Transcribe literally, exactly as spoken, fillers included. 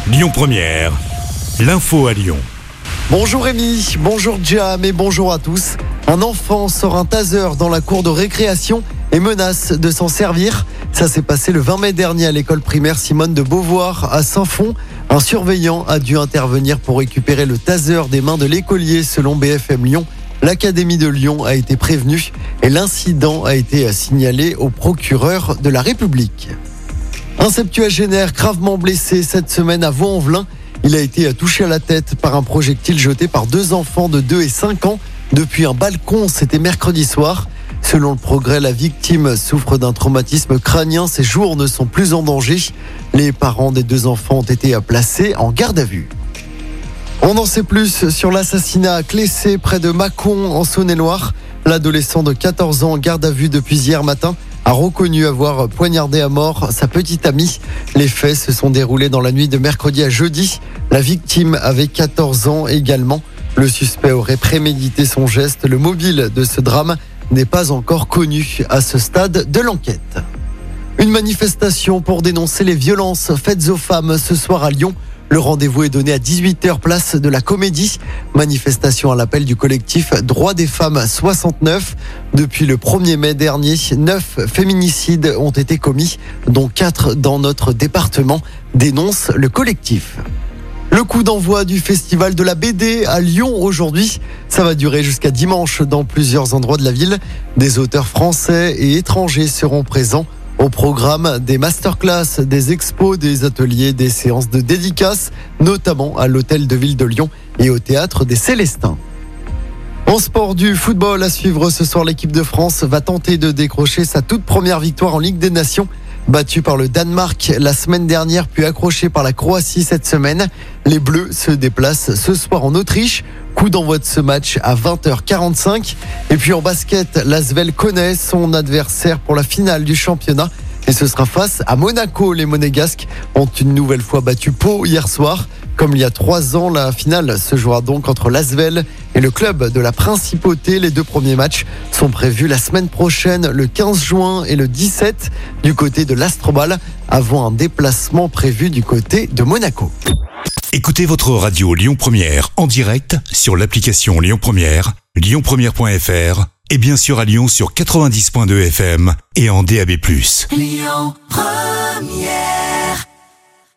Lyon Première, l'info à Lyon. Bonjour Rémi, bonjour Jam et bonjour à tous. Un enfant sort un taser dans la cour de récréation et menace de s'en servir. Ça s'est passé le vingt mai dernier à l'école primaire Simone de Beauvoir à Saint-Fond. Un surveillant a dû intervenir pour récupérer le taser des mains de l'écolier selon B F M Lyon. L'Académie de Lyon a été prévenue et l'incident a été signalé au procureur de la République. Un septuagénaire gravement blessé cette semaine à Vaux-en-Velin. Il a été touché à la tête par un projectile jeté par deux enfants de deux et cinq ans depuis un balcon. C'était mercredi soir. Selon le Progrès, la victime souffre d'un traumatisme crânien. Ses jours ne sont plus en danger. Les parents des deux enfants ont été placés en garde à vue. On en sait plus sur l'assassinat à Clessé, près de Mâcon, en Saône-et-Loire. L'adolescent de quatorze ans en garde à vue depuis hier matin a reconnu avoir poignardé à mort sa petite amie. Les faits se sont déroulés dans la nuit de mercredi à jeudi. La victime avait quatorze ans également. Le suspect aurait prémédité son geste. Le mobile de ce drame n'est pas encore connu à ce stade de l'enquête. Une manifestation pour dénoncer les violences faites aux femmes ce soir à Lyon. Le rendez-vous est donné à dix-huit heures place de la Comédie. Manifestation à l'appel du collectif Droits des femmes soixante-neuf. Depuis le premier mai dernier, neuf féminicides ont été commis, dont quatre dans notre département, dénonce le collectif. Le coup d'envoi du festival de la B D à Lyon aujourd'hui. Ça va durer jusqu'à dimanche dans plusieurs endroits de la ville. Des auteurs français et étrangers seront présents. Au programme, des masterclass, des expos, des ateliers, des séances de dédicaces, notamment à l'hôtel de ville de Lyon et au théâtre des Célestins. En sport, du football à suivre ce soir, l'équipe de France va tenter de décrocher sa toute première victoire en Ligue des Nations. Battue par le Danemark la semaine dernière, puis accrochée par la Croatie cette semaine. Les Bleus se déplacent ce soir en Autriche. Coup d'envoi de ce match à vingt heures quarante-cinq. Et puis en basket, l'Asvel connaît son adversaire pour la finale du championnat. Et ce sera face à Monaco. Les Monégasques ont une nouvelle fois battu Pau hier soir. Comme il y a trois ans, la finale se jouera donc entre l'Asvel et le club de la Principauté. Les deux premiers matchs sont prévus la semaine prochaine, le quinze juin et le dix-sept, du côté de l'Astrobal, avant un déplacement prévu du côté de Monaco. Écoutez votre radio Lyon Première en direct sur l'application Lyon Première, lyon première point f r et bien sûr à Lyon sur quatre-vingt-dix point deux F M et en D A B plus. Lyon Première.